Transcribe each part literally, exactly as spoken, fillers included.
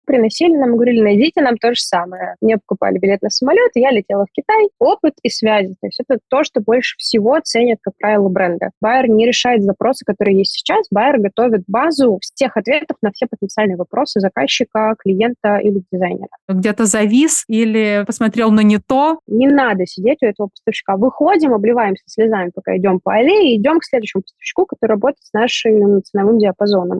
приносили нам, говорили, найдите нам то же самое. Мне покупали билет на самолет, и я летела в Китай. Опыт и связи. То есть это то, что больше всего ценят, как правило, бренды. Байер не решает запросы, которые есть сейчас. Байер готовит базу всех ответов на все потенциальные вопросы заказчика, клиента или дизайнера. Где-то завис или посмотрел на не то? Не надо сидеть у этого поставщика. Выходим, обливаемся слезами, пока идем по аллее, и идем к следующему поставщику, который работает с нашим ценовым диапазоном.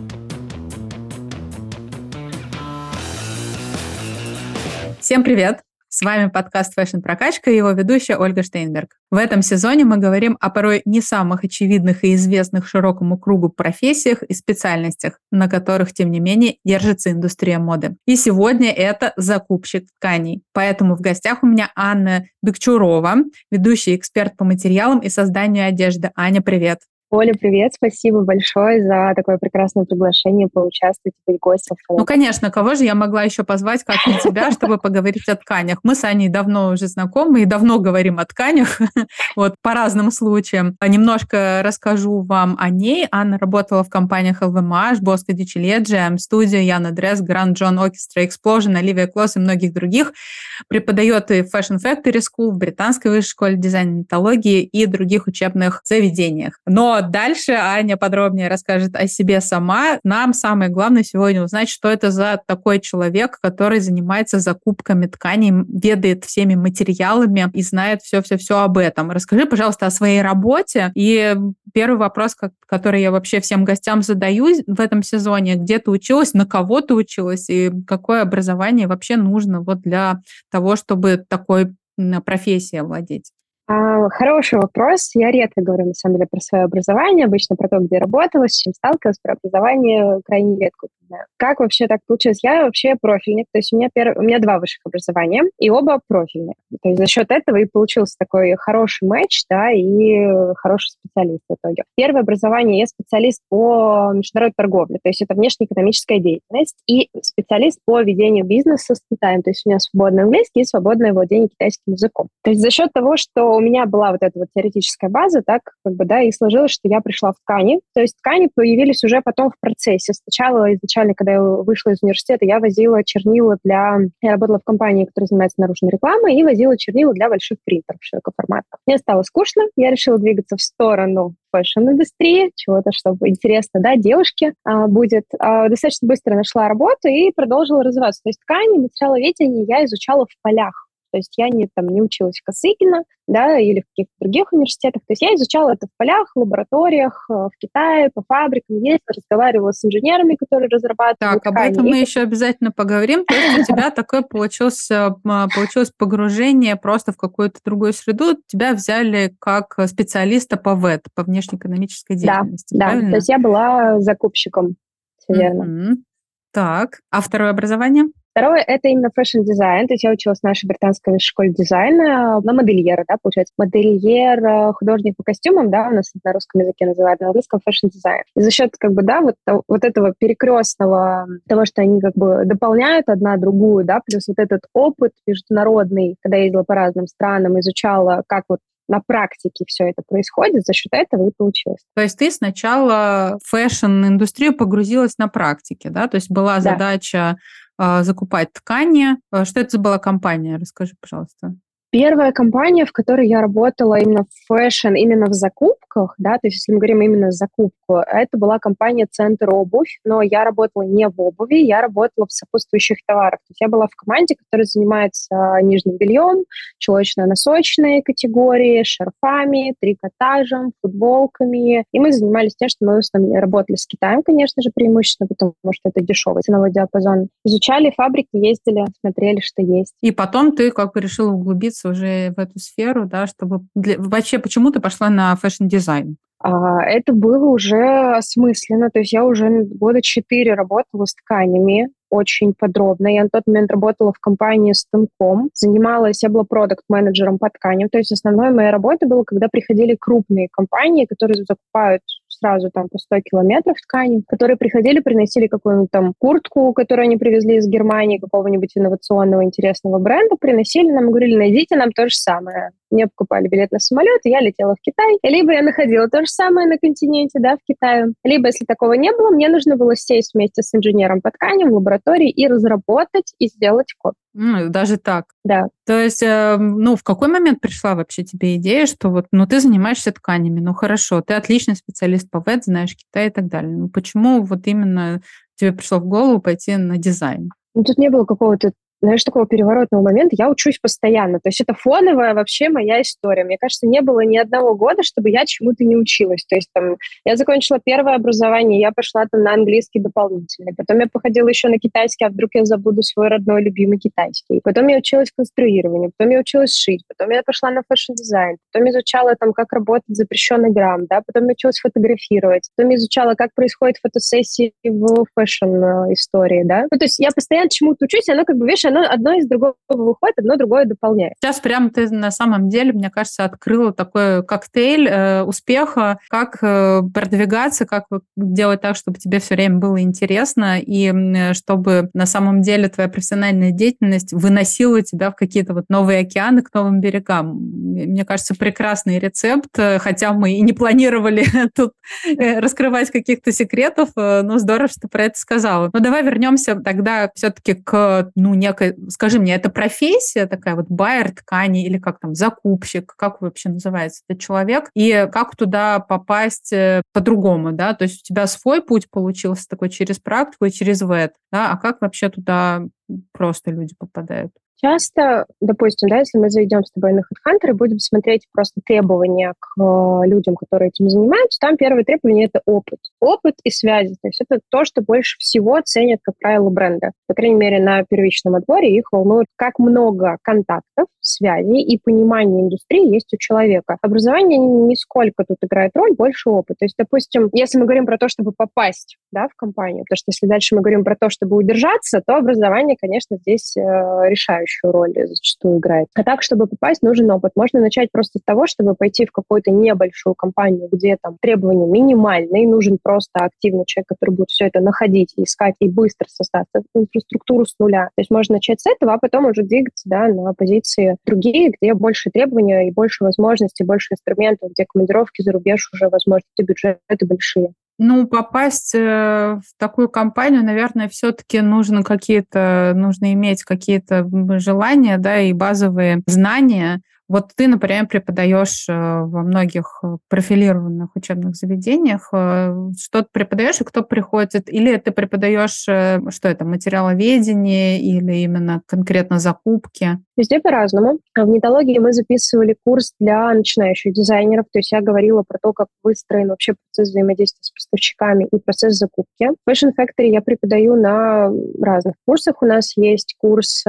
Всем привет! С вами подкаст «Фэшн Прокачка» и его ведущая Ольга Штейнберг. В этом сезоне мы говорим о порой не самых очевидных и известных широкому кругу профессиях и специальностях, на которых, тем не менее, держится индустрия моды. И сегодня это закупщик тканей. Поэтому в гостях у меня Анна Бекчурова, ведущий эксперт по материалам и созданию одежды. Аня, привет! Оля, привет, спасибо большое за такое прекрасное приглашение поучаствовать и быть гостем. Ну, конечно, кого же я могла еще позвать, как не тебя, чтобы поговорить о тканях? Мы с Аней давно уже знакомы и давно говорим о тканях, вот, по разным случаям. Немножко расскажу вам о ней. Анна работала в компаниях эл ви эм эйч, Bosco ди Ciliegia, эм Studio, Yana Dress, Grand John Orchestra, Explosion, Olivia Kloss и многих других. Преподает и в Fashion Factory School, в Британской высшей школе дизайна и этологии и других учебных заведениях. Но дальше Аня подробнее расскажет о себе сама. Нам самое главное сегодня узнать, что это за такой человек, который занимается закупками тканей, ведает всеми материалами и знает все-все-все об этом. Расскажи, пожалуйста, о своей работе. И первый вопрос, который я вообще всем гостям задаю в этом сезоне: где ты училась, на кого ты училась и какое образование вообще нужно вот для того, чтобы такой профессией овладеть? Хороший вопрос. Я редко говорю, на самом деле, про свое образование, обычно про то, где работала, с чем сталкивалась, про образование крайне редко упоминаю. Как вообще так получилось? Я вообще профильник, то есть у меня, перв... у меня два высших образования, и оба профильные. То есть за счет этого и получился такой хороший матч, да, и хороший специалист в итоге. Первое образование, я специалист по международной торговле, то есть это внешнеэкономическая деятельность, и специалист по ведению бизнеса с Китаем, то есть у меня свободный английский и свободное владение китайским языком. То есть за счет того, что у меня была вот эта вот теоретическая база, так как бы, да, и сложилось, что я пришла в ткани. То есть ткани появились уже потом в процессе. Сначала, изначально, когда я вышла из университета, я возила чернила для... Я работала в компании, которая занимается наружной рекламой, и возила чернила для больших принтеров широкоформатных. Мне стало скучно, я решила двигаться в сторону фэшн-индустрии, чего-то, чтобы интересно, да, девушке а, будет. А, достаточно быстро нашла работу и продолжила развиваться. То есть ткани, материаловедение я изучала в полях. То есть я не, там, не училась в Косыгино, да, или в каких-то других университетах. То есть я изучала это в полях, в лабораториях, в Китае, по фабрикам, ездила, разговаривала с инженерами, которые разрабатывают Так, ткани. об этом мы еще обязательно поговорим. То есть у тебя такое получилось, получилось погружение просто в какую-то другую среду. Тебя взяли как специалиста по вэ и ти, по внешнеэкономической деятельности, да, правильно? Да, то есть я была закупщиком, все верно. Mm-hmm. Так, а второе образование? Второе — это именно фэшн-дизайн. То есть я училась в нашей британской высшей школе дизайна на модельера, да, получается. Модельер, художник по костюмам, да, у нас на русском языке называют, на английском фэшн-дизайн. И за счет, как бы, да, вот, вот этого перекрестного, того, что они, как бы, дополняют одна другую, да, плюс вот этот опыт международный, когда я ездила по разным странам, изучала, как вот на практике все это происходит, за счет этого и получилось. То есть ты сначала в фэшн-индустрию погрузилась на практике, да? То есть была Да. задача э, закупать ткани. Что это была компания? Расскажи, пожалуйста. Первая компания, в которой я работала именно в фэшн, именно в закупках, да, то есть если мы говорим именно закупку, это была компания «Центр обувь», но я работала не в обуви, я работала в сопутствующих товарах. То есть я была в команде, которая занимается нижним бельем, чулочно-носочной категории, шарфами, трикотажем, футболками. И мы занимались тем, что мы в основном работали с Китаем, конечно же, преимущественно, потому что это дешевый ценовой диапазон. Изучали фабрики, ездили, смотрели, что есть. И потом ты как бы решила углубиться уже в эту сферу, да, чтобы... Для... Вообще, почему ты пошла на фэшн-дизайн? А, это было уже осмысленно, то есть я уже года четыре работала с тканями, очень подробно. Я на тот момент работала в компании Станком, занималась, я была продакт-менеджером по тканям, то есть основной моей работой было, когда приходили крупные компании, которые закупают сразу там по сто километров ткани, которые приходили, приносили какую-нибудь там куртку, которую они привезли из Германии, какого-нибудь инновационного интересного бренда, приносили нам и говорили, найдите нам то же самое. Мне покупали билет на самолет, и я летела в Китай. Либо я находила то же самое на континенте, да, в Китае. Либо, если такого не было, мне нужно было сесть вместе с инженером по тканям в лаборатории и разработать, и сделать код. Ну, даже так. Да. То есть, э, ну, в какой момент пришла вообще тебе идея, что вот, ну, ты занимаешься тканями, ну, хорошо, ты отличный специалист по вэт, знаешь Китай и так далее. Ну, почему вот именно тебе пришло в голову пойти на дизайн? Ну, тут не было какого-то, знаешь, такого переворотного момента. Я учусь постоянно. То есть это фоновая вообще моя история. Мне кажется, не было ни одного года, чтобы я чему-то не училась. То есть там я закончила первое образование, я пошла там на английский дополнительный. Потом я походила еще на китайский, а вдруг я забуду свой родной любимый китайский. Потом я училась конструированию, потом я училась шить, потом я пошла на фэшн-дизайн, потом изучала там, как работать запрещенный грамм, да, потом я училась фотографировать, потом я изучала, как происходит фотосессии в фэшн-истории, да. Ну, то есть я постоянно чему-то учусь, и оно как бы, видишь, оно одно из другого выходит, одно другое дополняет. Сейчас прям ты на самом деле, мне кажется, открыла такой коктейль э, успеха, как э, продвигаться, как делать так, чтобы тебе все время было интересно, и э, чтобы на самом деле твоя профессиональная деятельность выносила тебя в какие-то вот новые океаны, к новым берегам. Мне кажется, прекрасный рецепт, хотя мы и не планировали тут э, раскрывать каких-то секретов, э, но здорово, что ты про это сказала. Но давай вернемся тогда все-таки к, ну, некой, скажи мне, это профессия такая, вот байер ткани или как там, закупщик, как вообще называется этот человек, и как туда попасть по-другому, да, то есть у тебя свой путь получился такой через практику и через вэт, да, а как вообще туда просто люди попадают? Часто, допустим, да, если мы зайдем с тобой на HeadHunter и будем смотреть просто требования к э, людям, которые этим занимаются, там первое требование – это опыт. Опыт и связи. То есть это то, что больше всего ценят, как правило, бренды. По крайней мере, на первичном отборе их волнует, как много контактов, связей и понимания индустрии есть у человека. Образование нисколько тут играет роль, больше опыт. То есть, допустим, если мы говорим про то, чтобы попасть, да, в компанию, потому что если дальше мы говорим про то, чтобы удержаться, то образование, конечно, здесь э, решающую роль зачастую играет. А так, чтобы попасть, нужен опыт. Можно начать просто с того, чтобы пойти в какую-то небольшую компанию, где там требования минимальные, нужен просто активный человек, который будет все это находить, искать и быстро создать инфраструктуру с нуля. То есть можно начать с этого, а потом уже двигаться, да, на позиции другие, где больше требований и больше возможностей, больше инструментов, где командировки за рубеж уже возможности, бюджеты большие. Ну, попасть в такую компанию, наверное, все-таки нужно какие-то, нужно иметь какие-то желания, да, и базовые знания. Вот ты, например, преподаешь во многих профилированных учебных заведениях. Что ты преподаешь и кто приходит? Или ты преподаешь, что это, материаловедение или именно конкретно закупки? Везде по-разному. В нетологии мы записывали курс для начинающих дизайнеров, то есть я говорила про то, как выстроен вообще процесс взаимодействия с поставщиками и процесс закупки. В Fashion Factory я преподаю на разных курсах. У нас есть курс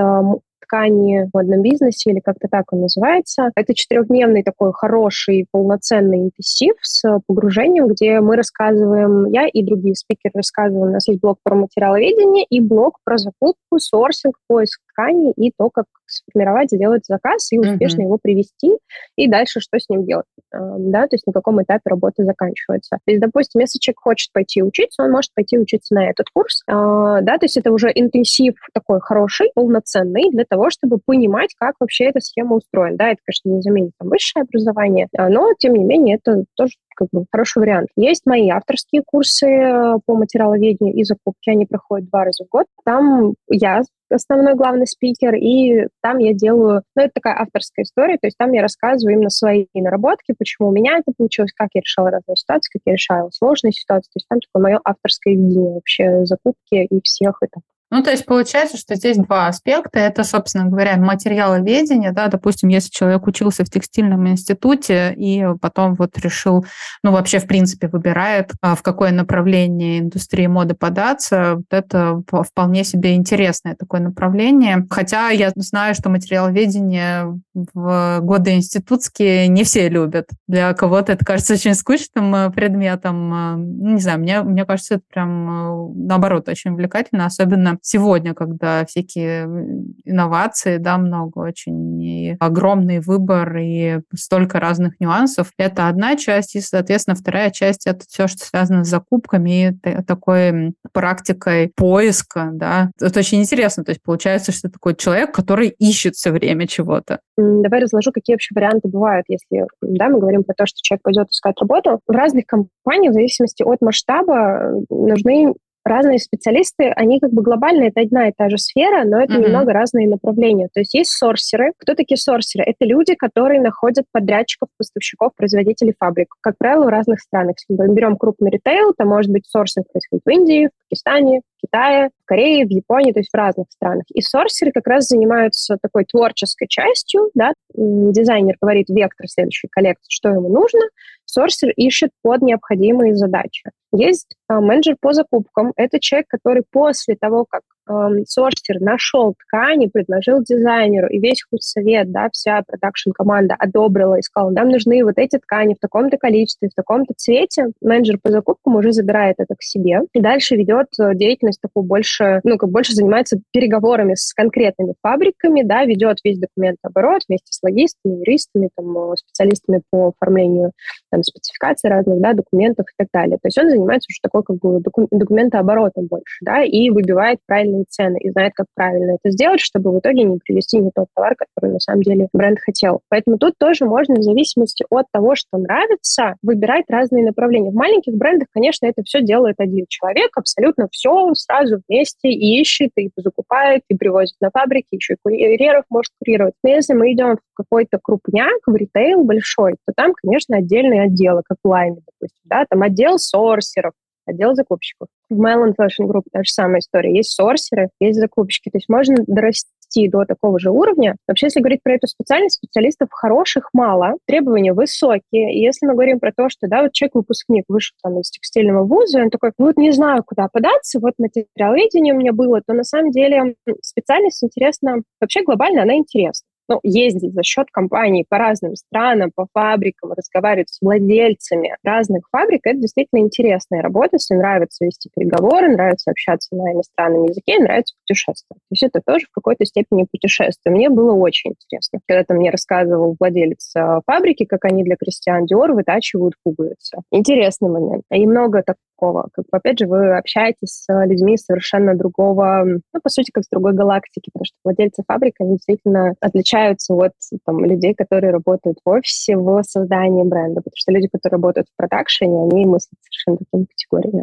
ткани в модном бизнесе, или как-то так он называется. Это четырехдневный такой хороший, полноценный интенсив с погружением, где мы рассказываем, я и другие спикеры рассказываем. У нас есть блок про материаловедение и блок про закупку, сорсинг, поиск ткани и то, как сформировать, сделать заказ и успешно uh-huh. его привести, и дальше что с ним делать, да, то есть на каком этапе работа заканчивается. То есть, допустим, если человек хочет пойти учиться, он может пойти учиться на этот курс, да, то есть это уже интенсив такой хороший, полноценный для того, чтобы понимать, как вообще эта схема устроена. Да, это, конечно, не заменит там высшее образование, но, тем не менее, это тоже как бы хороший вариант. Есть мои авторские курсы по материаловедению и закупке, они проходят два раза в год. Там я основной главный спикер, и там я делаю, ну, это такая авторская история, то есть там я рассказываю именно свои наработки, почему у меня это получилось, как я решала разные ситуации, как я решала сложные ситуации, то есть там такое мое авторское видение вообще закупки и всех этапов. Ну, то есть получается, что здесь два аспекта. Это, собственно говоря, материаловедение, да, допустим, если человек учился в текстильном институте и потом вот решил, ну, вообще, в принципе, выбирает, в какое направление индустрии моды податься, вот это вполне себе интересное такое направление. Хотя я знаю, что материаловедение в годы институтские не все любят. Для кого-то это кажется очень скучным предметом. Не знаю, мне, мне кажется, это прям наоборот очень увлекательно, особенно сегодня, когда всякие инновации, да, много очень, и огромный выбор, и столько разных нюансов. Это одна часть, и, соответственно, вторая часть — это все, что связано с закупками и такой практикой поиска, да. Это очень интересно. То есть получается, что такой человек, который ищет все время чего-то. Давай разложу, какие вообще варианты бывают, если, да, мы говорим про то, что человек пойдет искать работу. В разных компаниях, в зависимости от масштаба, нужны разные специалисты, они как бы глобально, это одна и та же сфера, но это uh-huh. немного разные направления. То есть есть сорсеры. Кто такие сорсеры? Это люди, которые находят подрядчиков, поставщиков, производителей фабрик. Как правило, в разных странах. Если мы берем крупный ритейл, то может быть сорсинг происходит в Индии, в Пакистане, в Китае, в Корее, в Японии, то есть в разных странах. И сорсеры как раз занимаются такой творческой частью, да. Дизайнер говорит вектор следующей коллекции, что ему нужно, сорсер ищет под необходимые задачи. Есть э, менеджер по закупкам. Это человек, который после того, как э, сорсер нашел ткани, предложил дизайнеру, и весь худсовет, да, вся продакшн-команда одобрила и сказала, нам нужны вот эти ткани в таком-то количестве, в таком-то цвете. Менеджер по закупкам уже забирает это к себе и дальше ведет деятельность такую больше, ну, как больше занимается переговорами с конкретными фабриками, да, ведет весь документооборот вместе с логистами, юристами, там, специалистами по оформлению там, спецификаций разных, да, документов и так далее. То есть он занимается уже такой как бы документооборотом больше, да, и выбивает правильные цены, и знает, как правильно это сделать, чтобы в итоге не привезти не тот товар, который на самом деле бренд хотел. Поэтому тут тоже можно в зависимости от того, что нравится, выбирать разные направления. В маленьких брендах, конечно, это все делает один человек, абсолютно все сразу вместе и ищет, и закупает, и привозит на фабрики, еще и курьеров может курировать. Но если мы идем в какой-то крупняк, в ритейл большой, то там, конечно, отдельные отделы, как в Лайме, допустим, да, там отдел сорсеров, отдел закупщиков. В Melon Fashion Group та же самая история. Есть сорсеры, есть закупщики. То есть можно дорасти до такого же уровня. Вообще, если говорить про эту специальность, специалистов хороших мало, требования высокие. И если мы говорим про то, что, да, вот человек-выпускник вышел там из текстильного вуза, он такой, вот не знаю, куда податься, вот материаловедение у меня было, то на самом деле специальность интересна, вообще глобально она интересна. Ну, ездить за счет компаний по разным странам, по фабрикам, разговаривать с владельцами разных фабрик, это действительно интересная работа, если нравится вести переговоры, нравится общаться на иностранном языке, нравится путешествовать. То есть это тоже в какой-то степени путешествие. Мне было очень интересно. Когда-то мне рассказывал владелец фабрики, как они для Кристиан Диор вытачивают пуговицы. Интересный момент. И много такого. Как, опять же, вы общаетесь с людьми совершенно другого, ну, по сути, как с другой галактики, потому что владельцы фабрик, они действительно отличаются от там, людей, которые работают в офисе в создании бренда, потому что люди, которые работают в продакшене, они мыслят совершенно такими категориями.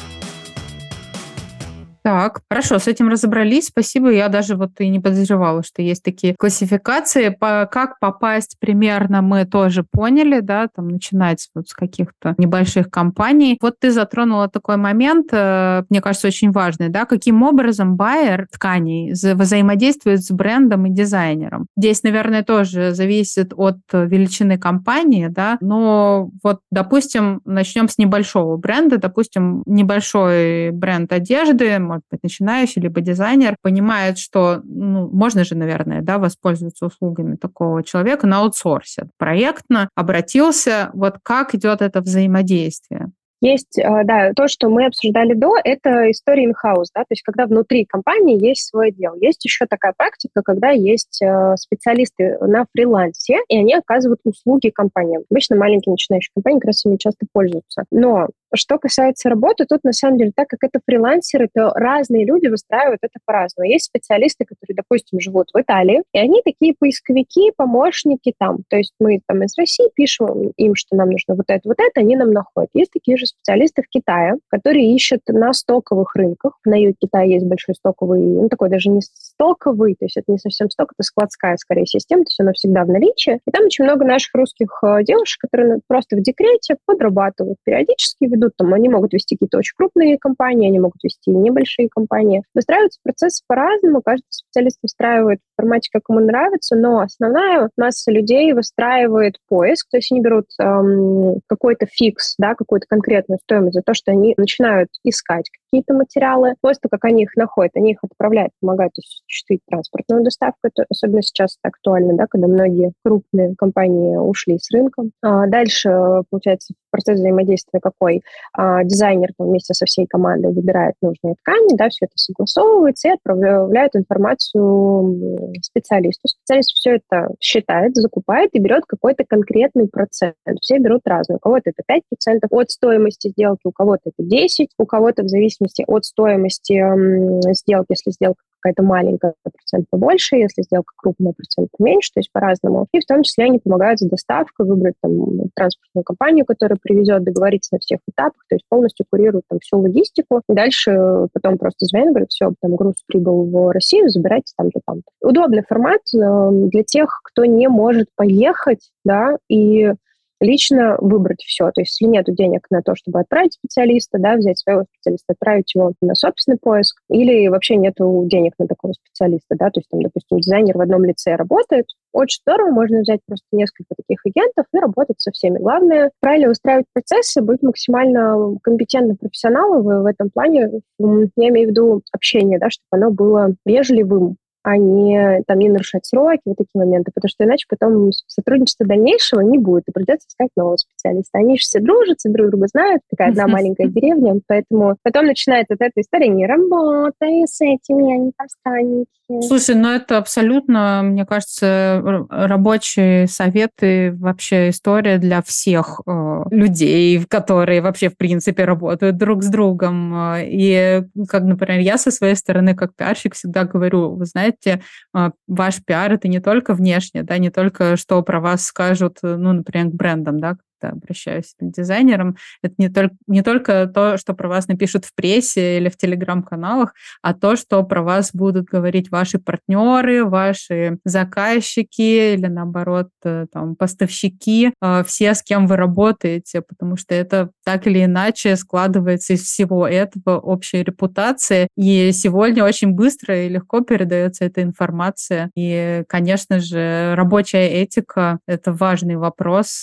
Так, хорошо, с этим разобрались. Спасибо. Я даже вот и не подозревала, что есть такие классификации. По, как попасть примерно мы тоже поняли, да, там начинать вот с каких-то небольших компаний. Вот ты затронула такой момент, мне кажется, очень важный, да, каким образом байер тканей взаимодействует с брендом и дизайнером. Здесь, наверное, тоже зависит от величины компании, да, но вот, допустим, начнем с небольшого бренда, допустим, небольшой бренд одежды, может быть, начинающий, либо дизайнер, понимает, что ну, можно же, наверное, да, воспользоваться услугами такого человека на аутсорсе. Проектно обратился, вот как идет это взаимодействие? Есть, да, то, что мы обсуждали до, это история in-house, да, то есть когда внутри компании есть свой отдел. Есть еще такая практика, когда есть специалисты на фрилансе, и они оказывают услуги компаниям. Обычно маленькие начинающие компании как раз ими часто пользуются. Но что касается работы, тут на самом деле, так как это фрилансеры, то разные люди выстраивают это по-разному. Есть специалисты, которые, допустим, живут в Италии, и они такие поисковики, помощники там. То есть мы там из России пишем им, что нам нужно вот это, вот это, они нам находят. Есть такие же специалисты в Китае, которые ищут на стоковых рынках. На юге Китая есть большой стоковый, ну такой даже не стоковый, то есть это не совсем сток, это складская скорее система, то есть она всегда в наличии. И там очень много наших русских девушек, которые просто в декрете подрабатывают периодически, ведут там, они могут вести какие-то очень крупные компании, они могут вести небольшие компании. Выстраиваются процессы по-разному, каждый специалист выстраивает в формате, как ему нравится, но основная масса людей выстраивает поиск, то есть они берут эм, какой-то фикс, да, какую-то конкретную стоимость за то, что они начинают искать какие-то материалы. После того, как они их находят, они их отправляют, помогают осуществить транспортную доставку. Это особенно сейчас актуально, да, когда многие крупные компании ушли с рынка. А дальше, получается, процесс взаимодействия какой, а, дизайнер там, вместе со всей командой выбирает нужные ткани, да, все это согласовывается и отправляет информацию специалисту. Специалист все это считает, закупает и берет какой-то конкретный процент. Все берут разные. У кого-то это пять процентов от стоимости сделки, у кого-то это десять процентов, у кого-то в зависимости от стоимости м, сделки, если сделка какая-то маленькая, процент побольше, если сделка крупная, процент меньше, то есть по-разному. И в том числе они помогают с доставкой, выбрать там транспортную компанию, которая привезет, договориться на всех этапах, то есть полностью курируют там всю логистику. И дальше потом просто звонят, говорят, все, там груз прибыл в Россию, забирайте там-то, там-то. Удобный формат э, для тех, кто не может поехать, да, и лично выбрать все. То есть, если нет денег на то, чтобы отправить специалиста, да, взять своего специалиста, отправить его на собственный поиск, или вообще нет денег на такого специалиста, да, то есть, там, допустим, дизайнер в одном лице работает, очень здорово, можно взять просто несколько таких агентов и работать со всеми. Главное, правильно выстраивать процессы, быть максимально компетентным профессионалом в, в этом плане, я имею в виду общение, да, чтобы оно было вежливым, а не, там, не нарушать сроки, вот такие моменты, потому что иначе потом сотрудничества дальнейшего не будет, и придется искать нового специалиста. Они же все дружат, все друг друга знают, такая одна маленькая деревня, поэтому потом начинается вот эта история: не работай с этими, они там странники. Слушай, ну это абсолютно, мне кажется, р- рабочие советы, вообще история для всех э, людей, которые вообще, в принципе, работают друг с другом. Э, И, как, например, я со своей стороны, как пиарщик, всегда говорю, вы знаете, э, ваш пиар — это не только внешне, да, не только что про вас скажут, э, ну, например, к брендам, да, когда обращаюсь к дизайнерам, это не только, не только то, что про вас напишут в прессе или в телеграм-каналах, а то, что про вас будут говорить ваши партнеры, ваши заказчики или, наоборот, э, там, поставщики, э, все, с кем вы работаете, потому что это так или иначе складывается из всего этого общая репутация. И сегодня очень быстро и легко передается эта информация. И, конечно же, рабочая этика — это важный вопрос.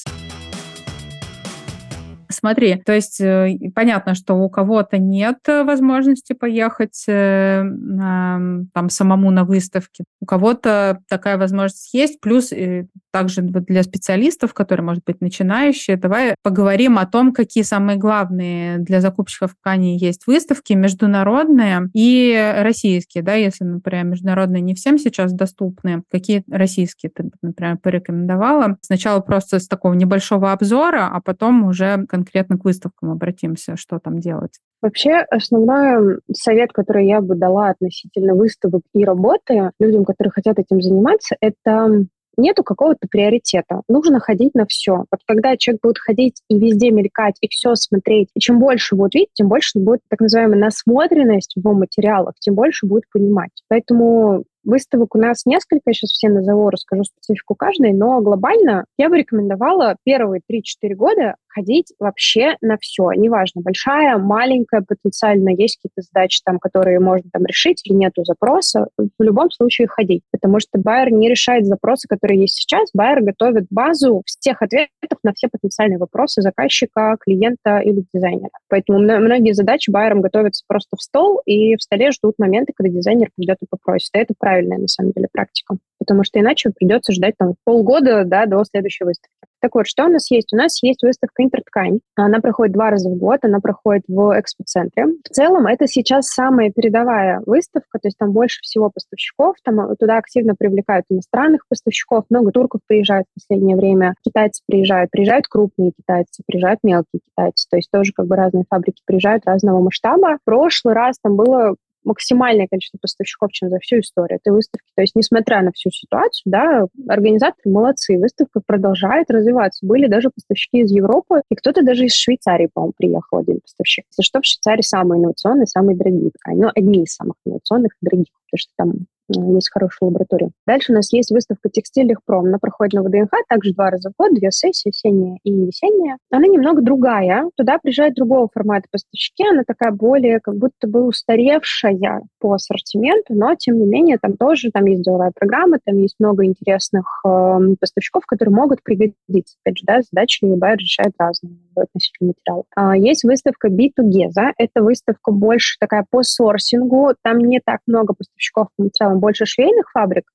Смотри, то есть э, и понятно, что у кого-то нет э, возможности поехать э, на, там самому на выставке, у кого-то такая возможность есть, плюс э, также вот для специалистов, которые, может быть, начинающие, давай поговорим о том, какие самые главные для закупщиков тканей есть выставки, международные и российские, да, если, например, международные не всем сейчас доступны, какие российские ты, например, порекомендовала. Сначала просто с такого небольшого обзора, а потом уже конкретно к выставкам обратимся, что там делать. Вообще, основной совет, который я бы дала относительно выставок и работы людям, которые хотят этим заниматься, это нету какого-то приоритета. Нужно ходить на все. Вот когда человек будет ходить и везде мелькать, и все смотреть, и чем больше будет видеть, тем больше будет так называемая насмотренность в его материалах, тем больше будет понимать. Поэтому выставок у нас несколько, я сейчас все назову, расскажу специфику каждой, но глобально я бы рекомендовала первые три-четыре года ходить вообще на все. Неважно, большая, маленькая, потенциально есть какие-то задачи, там, которые можно там решить или нету запроса, в любом случае ходить. Потому что байер не решает запросы, которые есть сейчас. Байер готовит базу всех ответов на все потенциальные вопросы заказчика, клиента или дизайнера. Поэтому многие задачи байерам готовятся просто в стол, и в столе ждут моменты, когда дизайнер придет и попросит. И это правильная, на самом деле, практика. Потому что иначе придется ждать там полгода, да, до следующей выставки. Так вот, что у нас есть? У нас есть выставка «Интерткань». Она проходит два раза в год, она проходит в экспоцентре. В целом, это сейчас самая передовая выставка, то есть там больше всего поставщиков, там туда активно привлекают иностранных поставщиков, много турков приезжают в последнее время, китайцы приезжают, приезжают крупные китайцы, приезжают мелкие китайцы, то есть тоже как бы разные фабрики приезжают разного масштаба. В прошлый раз там было максимальное количество поставщиков, чем за всю историю этой выставки. То есть, несмотря на всю ситуацию, да, организаторы молодцы, выставка продолжает развиваться. Были даже поставщики из Европы, и кто-то даже из Швейцарии, по-моему, приехал, один поставщик. За что в Швейцарии самые инновационные, самые дорогие ткани. Ну, одни из самых инновационных и дорогих, потому что там есть хорошая лаборатория. Дальше у нас есть выставка «Текстильных пром». Она проходит на ВДНХ также два раза в год, две сессии, осенняя и весенняя. Она немного другая. Туда приезжают другого формата поставщики. Она такая более как будто бы устаревшая по ассортименту, но, тем не менее, там тоже там есть деловая программа, там есть много интересных э, поставщиков, которые могут пригодиться. Опять же, да, задачи байер решает разные относительно материала. А, есть выставка би ту геза. Это выставка больше такая по сорсингу. Там не так много поставщиков по материалам, больше швейных фабрик, но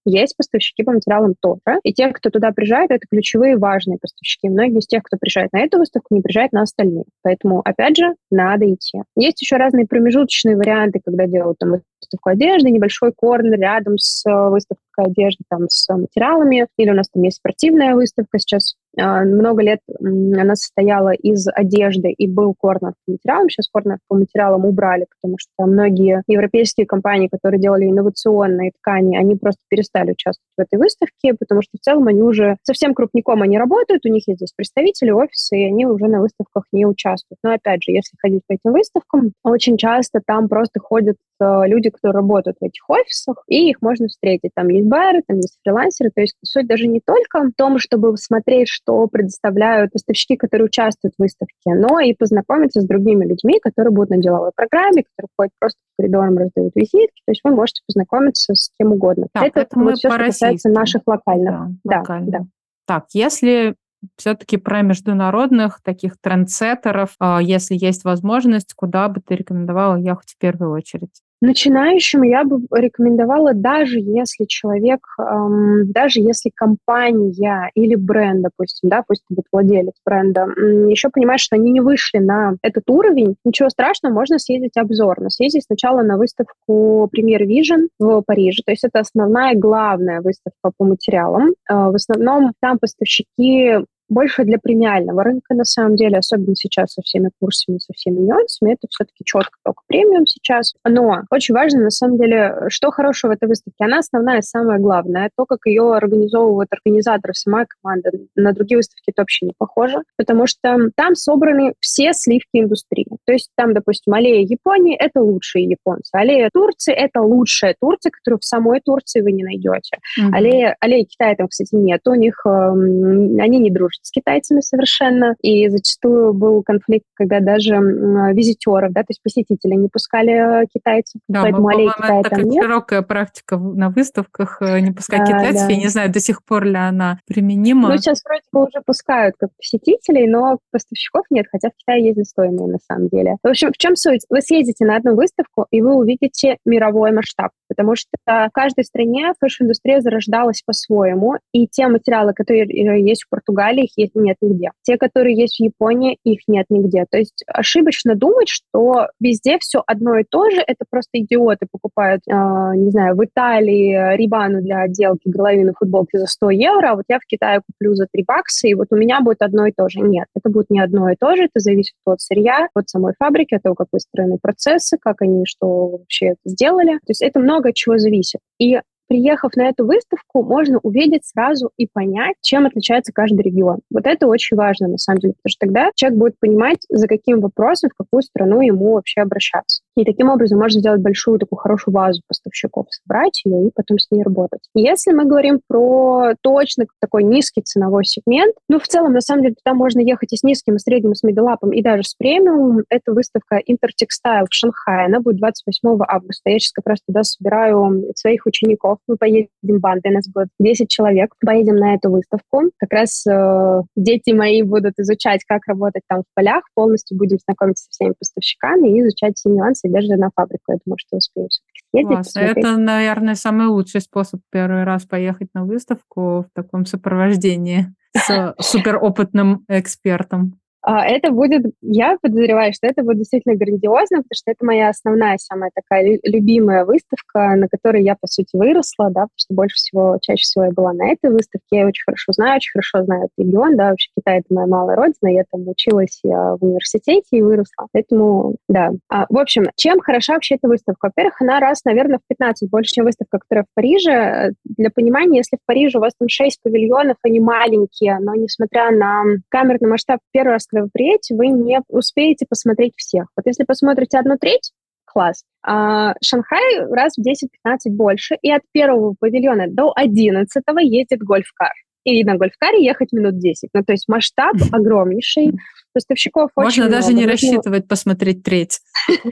есть поставщики по материалам тоже. И те, кто туда приезжает, это ключевые важные поставщики. Многие из тех, кто приезжает на эту выставку, не приезжают на остальные. Поэтому, опять же, надо идти. Есть еще разные промежуточные варианты, когда делают там выставку одежды, небольшой корнер рядом с выставкой одежды, там, с материалами. Или у нас там есть спортивная выставка сейчас. Много лет она состояла из одежды и был корнер по материалам. Сейчас корнер по материалам убрали, потому что многие европейские компании, которые делали инновационные ткани, они просто перестали участвовать в этой выставке, потому что в целом они уже совсем крупником они работают, у них есть здесь представители, офисы, и они уже на выставках не участвуют. Но опять же, если ходить по этим выставкам, очень часто там просто ходят люди, которые работают в этих офисах, и их можно встретить. Там есть байеры, там есть фрилансеры. То есть суть даже не только в том, чтобы смотреть, что предоставляют поставщики, которые участвуют в выставке, но и познакомиться с другими людьми, которые будут на деловой программе, которые ходят просто по коридорам, раздают визитки. То есть вы можете познакомиться с кем угодно. Так, это это мы вот все, что касается наших локальных. Да, да, локально. да. Так, если все-таки про международных таких трендсеттеров, если есть возможность, куда бы ты рекомендовала ехать в первую очередь? Начинающим я бы рекомендовала, даже если человек, эм, даже если компания или бренд, допустим, да, пусть будет владелец бренда, еще понимает, что они не вышли на этот уровень, ничего страшного, можно съездить обзорно. Съездить сначала на выставку Premier Vision в Париже, то есть это основная, главная выставка по материалам. Э, в основном там поставщики больше для премиального рынка, на самом деле, особенно сейчас со всеми курсами, со всеми нюансами, это все-таки четко только премиум сейчас. Но очень важно, на самом деле, что хорошего в этой выставке. Она основная, самое главное. То, как ее организовывают организаторы, сама команда. На другие выставки это вообще не похоже, потому что там собраны все сливки индустрии. То есть там, допустим, аллея Японии — это лучшие японцы. Аллея Турции — это лучшая Турция, которую в самой Турции вы не найдете. Mm-hmm. Аллея, аллея Китая там, кстати, нет. У них э, они не дружат с китайцами совершенно, и зачастую был конфликт, когда даже м, визитеров, да, то есть посетителей не пускали китайцев, да, поэтому мы, аллеи Китая это там как нет. широкая практика на выставках не пускать Да, китайцев, да. я не знаю, до сих пор ли она применима. Ну, сейчас вроде бы уже пускают как посетителей, но поставщиков нет, хотя в Китае есть достойные на самом деле. В общем, в чем суть? Вы съездите на одну выставку, и вы увидите мировой масштаб, потому что в каждой стране фэшн-индустрия зарождалась по-своему, и те материалы, которые есть в Португалии, их нет нигде. Те, которые есть в Японии, их нет нигде. То есть ошибочно думать, что везде все одно и то же, это просто идиоты покупают, э, не знаю, в Италии рибану для отделки горловины футболки за сто евро, а вот я в Китае куплю за три бакса, и вот у меня будет одно и то же. Нет, это будет не одно и то же, это зависит от сырья, от самой фабрики, от того, как выстроены процессы, как они что вообще это сделали. То есть это много от чего зависит. И приехав на эту выставку, можно увидеть сразу и понять, чем отличается каждый регион. Вот это очень важно, на самом деле, потому что тогда человек будет понимать, за каким вопросом, в какую страну ему вообще обращаться. И таким образом можно сделать большую такую хорошую базу поставщиков, собрать ее и потом с ней работать. Если мы говорим про точно такой низкий ценовой сегмент, ну, в целом, на самом деле, туда можно ехать и с низким, и средним, и с миддлапом, и даже с премиумом. Это выставка Intertextile в Шанхае. Она будет двадцать восьмого августа. Я сейчас как раз туда собираю своих учеников. Мы поедем бандой, у нас будет десять человек. Поедем на эту выставку. Как раз э, дети мои будут изучать, как работать там в полях. Полностью будем знакомиться со всеми поставщиками и изучать все нюансы, и даже на фабрику. Я думаю, что успеем все-таки съездить. Класс. Это, наверное, самый лучший способ первый раз поехать на выставку в таком сопровождении с суперопытным экспертом. Это будет, я подозреваю, что это будет действительно грандиозно, потому что это моя основная, самая такая любимая выставка, на которой я, по сути, выросла, да, потому что больше всего, чаще всего я была на этой выставке, я ее очень хорошо знаю, очень хорошо знаю этот регион, да, вообще Китай — это моя малая родина, я там училась я в университете и выросла, поэтому, да. А, в общем, чем хороша вообще эта выставка? Во-первых, она раз, наверное, в пятнадцать больше, чем выставка, которая в Париже. Для понимания, если в Париже у вас там шесть павильонов, они маленькие, но несмотря на камерный масштаб, первый раз, когда вы приедете, вы не успеете посмотреть всех. Вот если посмотрите одну треть, класс. А Шанхай раз в десять-пятнадцать больше, и от первого павильона до одиннадцатого ездит гольф-кар. И на гольф-каре ехать минут десять. Ну, то есть масштаб огромнейший. Поставщиков очень много. Можно даже не рассчитывать посмотреть треть.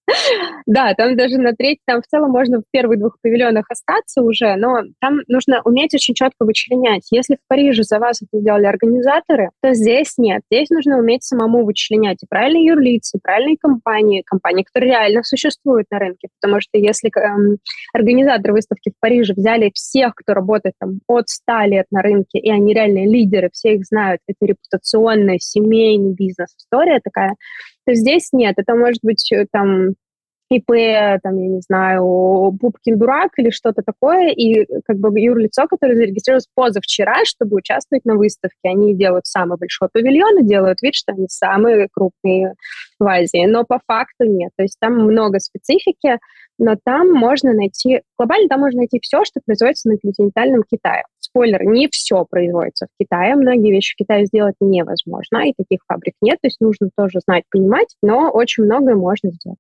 Да, там даже на треть, там в целом можно в первых двух павильонах остаться уже, но там нужно уметь очень четко вычленять. Если в Париже за вас это сделали организаторы, то здесь нет. Здесь нужно уметь самому вычленять и правильные юрлицы, и правильные компании, компании, которые реально существуют на рынке. Потому что если эм, организаторы выставки в Париже взяли всех, кто работает там от ста лет на рынке, и они реальные лидеры, все их знают, это репутационная, семейный бизнес, история такая, то здесь нет. Это может быть там ИП, там, я не знаю, Пупкин дурак или что-то такое, и как бы юрлицо, которое зарегистрировалось позавчера, чтобы участвовать на выставке. Они делают самый большой павильон и делают вид, что они самые крупные в Азии, но по факту нет. То есть там много специфики, но там можно найти, глобально там можно найти все, что производится на континентальном Китае. Спойлер, не все производится в Китае, многие вещи в Китае сделать невозможно, и таких фабрик нет, то есть нужно тоже знать, понимать, но очень многое можно сделать.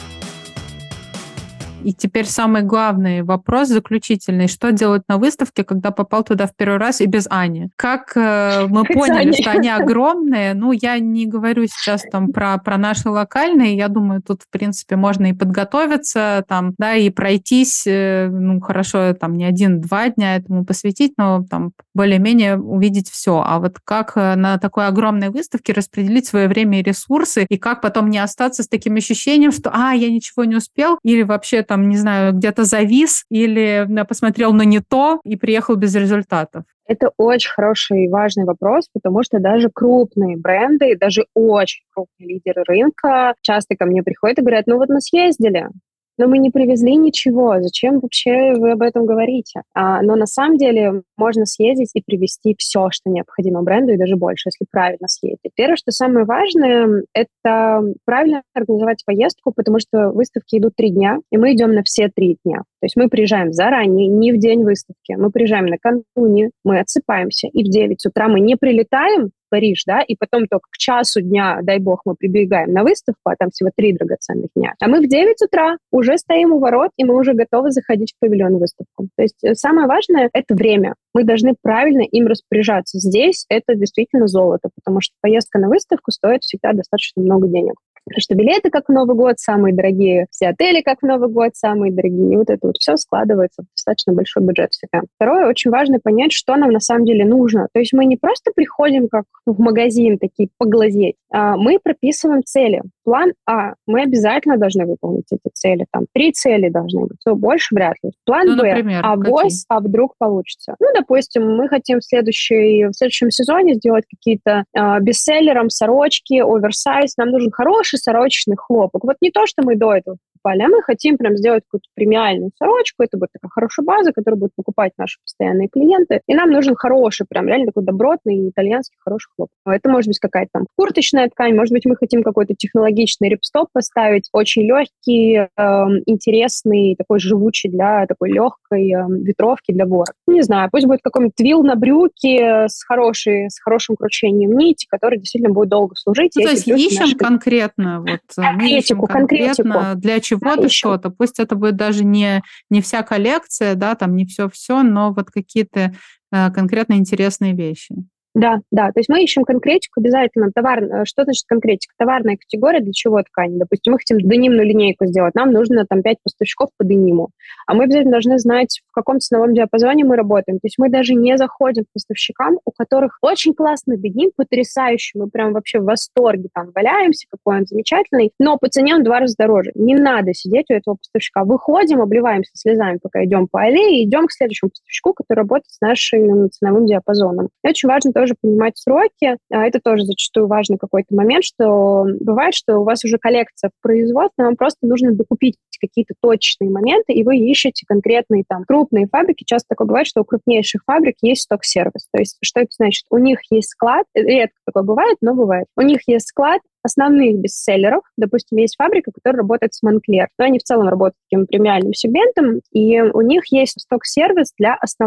И теперь самый главный вопрос, заключительный. Что делать на выставке, когда попал туда в первый раз и без Ани? Как э, мы поняли, что они огромные, ну, я не говорю сейчас там про, про наши локальные, я думаю, тут, в принципе, можно и подготовиться, там, да, и пройтись, э, ну, хорошо, там, не один-два дня этому посвятить, но там более-менее увидеть все. А вот как на такой огромной выставке распределить свое время и ресурсы, и как потом не остаться с таким ощущением, что, а, я ничего не успел, или вообще там, не знаю, где-то завис или посмотрел на не то и приехал без результатов? Это очень хороший и важный вопрос, потому что даже крупные бренды, даже очень крупные лидеры рынка часто ко мне приходят и говорят, ну вот мы съездили, но мы не привезли ничего, зачем вообще вы об этом говорите? А, но на самом деле можно съездить и привезти все, что необходимо бренду, и даже больше, если правильно съездить. Первое, что самое важное, это правильно организовать поездку, потому что выставки идут три дня, и мы идем на все три дня. То есть мы приезжаем заранее, не в день выставки, мы приезжаем накануне, мы отсыпаемся, и в девять утра мы не прилетаем в Париж, да, и потом только к часу дня, дай бог, мы прибегаем на выставку, а там всего три драгоценных дня. А мы в девять утра уже стоим у ворот, и мы уже готовы заходить в павильон выставку. То есть самое важное — это время. Мы должны правильно им распоряжаться. Здесь это действительно золото, потому что поездка на выставку стоит всегда достаточно много денег. Потому что билеты, как в Новый год, самые дорогие, все отели, как в Новый год, самые дорогие. И вот это вот все складывается в достаточно большой бюджет всегда. Второе, очень важно понять, что нам на самом деле нужно. То есть мы не просто приходим как в магазин, такие поглазеть, а мы прописываем цели. План А. Мы обязательно должны выполнить эти цели. Там три цели должны быть. Все, больше вряд ли. План ну, Б. Например, А вось, а вдруг получится. Ну, допустим, мы хотим в, следующей, в следующем сезоне сделать какие-то э, бестселлером сорочки, оверсайз. Нам нужен хороший сорочечный хлопок. Вот не то, что мы до этого покупали, а мы хотим прям сделать какую-то премиальную сорочку. Это будет такая хорошая база, которую будут покупать наши постоянные клиенты. И нам нужен хороший, прям реально такой добротный итальянский хороший хлопок. Это может быть какая-то там курточная ткань, может быть, мы хотим какой-то технологичный рипстоп поставить, очень легкий, э, интересный, такой живучий для такой легкой э, ветровки для ворот. Не знаю, пусть будет какой-нибудь твилл на брюки с, хорошей, с хорошим кручением нити, который действительно будет долго служить. Ну, то есть ищем наши... конкретно, вот, мы ищем конкретно для чего-то да, что-то. Пусть это будет даже не, не вся коллекция, да, там не все-все, но вот какие-то э, конкретно интересные вещи. Да, да, то есть мы ищем конкретику обязательно. Товар, что значит конкретика? Товарная категория для чего ткани? Допустим, мы хотим денимную линейку сделать, нам нужно там пять поставщиков по дениму. А мы обязательно должны знать, в каком ценовом диапазоне мы работаем. То есть мы даже не заходим к поставщикам, у которых очень классный деним, потрясающий, мы прям вообще в восторге там валяемся, какой он замечательный, но по цене он в два раза дороже. Не надо сидеть у этого поставщика. Выходим, обливаемся слезами, пока идем по аллее, и идем к следующему поставщику, который работает с нашим ценовым диапазоном. И очень важно тоже понимать сроки. Это тоже зачастую важный какой-то момент, что бывает, что у вас уже коллекция в производстве, вам просто нужно докупить какие-то точечные моменты, и вы ищете конкретные там крупные фабрики. Часто такое бывает, что у крупнейших фабрик есть сток-сервис. То есть что это значит? У них есть склад, редко такое бывает, но бывает. У них есть склад основных бестселлеров. Допустим, есть фабрика, которая работает с Moncler, но они в целом работают таким премиальным сегментом, и у них есть сток-сервис для основных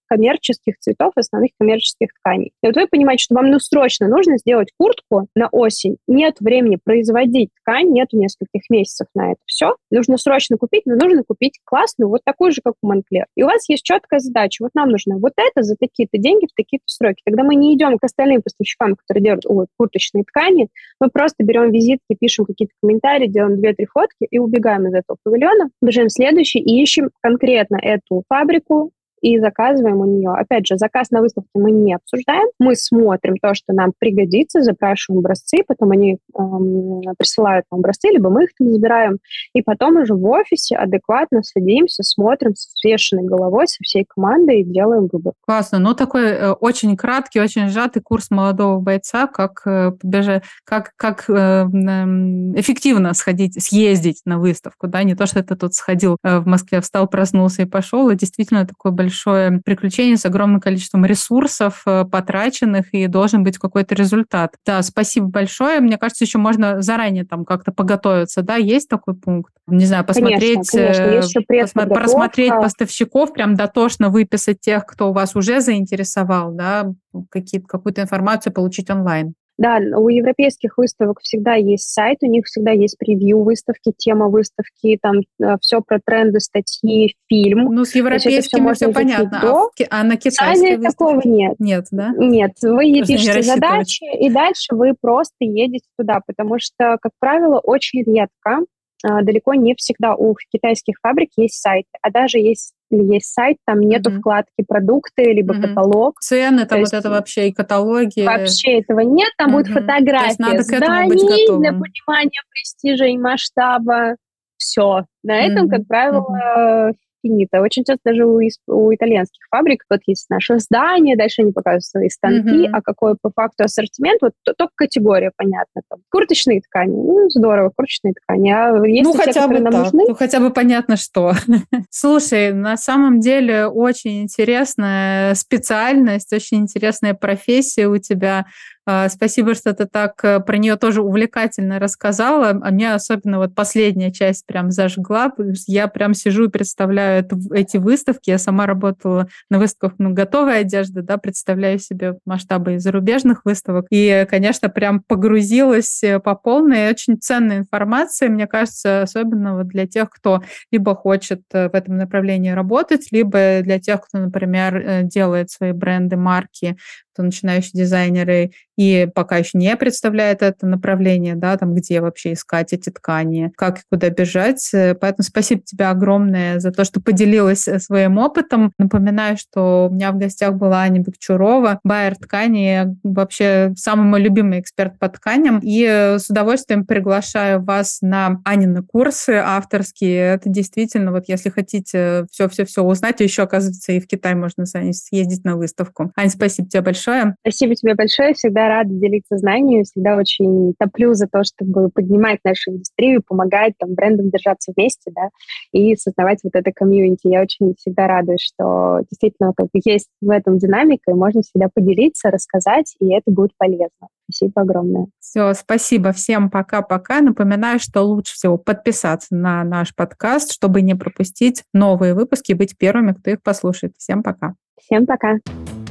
коммерческих цветов, основных коммерческих тканей. И вот вы понимаете, что вам ну, срочно нужно сделать куртку на осень. Нет времени производить ткань, нету нескольких месяцев на это все. Нужно срочно купить, но нужно купить классную, вот такую же, как у Moncler. И у вас есть четкая задача. Вот нам нужно вот это за такие-то деньги в такие-то сроки. Тогда мы не идем к остальным поставщикам, которые делают ой, курточные ткани. Мы просто берем визитки, пишем какие-то комментарии, делаем две-три фотки и убегаем из этого павильона, бежим в следующий и ищем конкретно эту фабрику, и заказываем у нее. Опять же, заказ на выставке мы не обсуждаем. Мы смотрим то, что нам пригодится, запрашиваем образцы, потом они эм, присылают нам образцы, либо мы их там забираем. И потом уже в офисе адекватно садимся, смотрим с взвешенной головой со всей командой и делаем выбор. Классно. Ну, такой э, очень краткий, очень сжатый курс молодого бойца, как, э, даже, как, как э, э, эффективно сходить, съездить на выставку. Да? Не то, что ты тут сходил э, в Москве, встал, проснулся и пошел, а действительно такой большой большое приключение с огромным количеством ресурсов потраченных, и должен быть какой-то результат. Да, спасибо большое. Мне кажется, еще можно заранее там как-то подготовиться, да? Есть такой пункт? Не знаю, посмотреть, конечно, конечно. Есть посмо- просмотреть поставщиков, прям дотошно выписать тех, кто вас уже заинтересовал, да? Какие-то, какую-то информацию получить онлайн. Да, у европейских выставок всегда есть сайт, у них всегда есть превью выставки, тема выставки, там все про тренды, статьи, фильм. Ну, с европейскими все, все понятно, а, в, а на китайской выставке? Такого нет. Нет, да? Нет, вы ей пишете задачи, и дальше вы просто едете туда, потому что, как правило, очень редко, далеко не всегда у китайских фабрик есть сайты, а даже есть есть сайт, там нету mm-hmm. вкладки продукты, либо mm-hmm. каталог. Цены, там вот это вообще и каталоги. Вообще этого нет, там mm-hmm. будет фотография зданий для понимания престижа и масштаба. Все. На этом, mm-hmm. как правило, mm-hmm. финита. Очень часто даже у, у итальянских фабрик вот есть наше здание, дальше они показывают свои станки, mm-hmm. а какой по факту ассортимент, вот только категория, понятно. Там, курточные ткани, ну, здорово, курточные ткани. А есть ну, те, хотя бы нам так, нужны? Ну, хотя бы понятно, что. Слушай, на самом деле очень интересная специальность, очень интересная профессия у тебя. Спасибо, что ты так про нее тоже увлекательно рассказала. А меня особенно вот последняя часть прям зажгла. Я прям сижу и представляю это, эти выставки. Я сама работала на выставках ну, готовой одежды, да, представляю себе масштабы зарубежных выставок. И, конечно, прям погрузилась по полной. Очень ценная информация, мне кажется, особенно вот для тех, кто либо хочет в этом направлении работать, либо для тех, кто, например, делает свои бренды, марки, кто начинающие дизайнеры и пока еще не представляет это направление, да, там, где вообще искать эти ткани, как и куда бежать. Поэтому спасибо тебе огромное за то, что поделилась своим опытом. Напоминаю, что у меня в гостях была Аня Бекчурова, байер ткани, вообще самый мой любимый эксперт по тканям. И с удовольствием приглашаю вас на Анины курсы авторские. Это действительно, вот если хотите все-все-все узнать, еще, оказывается, и в Китай можно съездить на выставку. Ань, спасибо тебе большое. Спасибо тебе большое. Всегда рада делиться знаниями, всегда очень топлю за то, чтобы поднимать нашу индустрию, помогать там, брендам держаться вместе, да, и создавать вот это комьюнити. Я очень всегда радуюсь, что действительно как бы есть в этом динамика, и можно всегда поделиться, рассказать, и это будет полезно. Спасибо огромное. Все, спасибо всем. Пока-пока. Напоминаю, что лучше всего подписаться на наш подкаст, чтобы не пропустить новые выпуски и быть первыми, кто их послушает. Всем пока. Всем пока.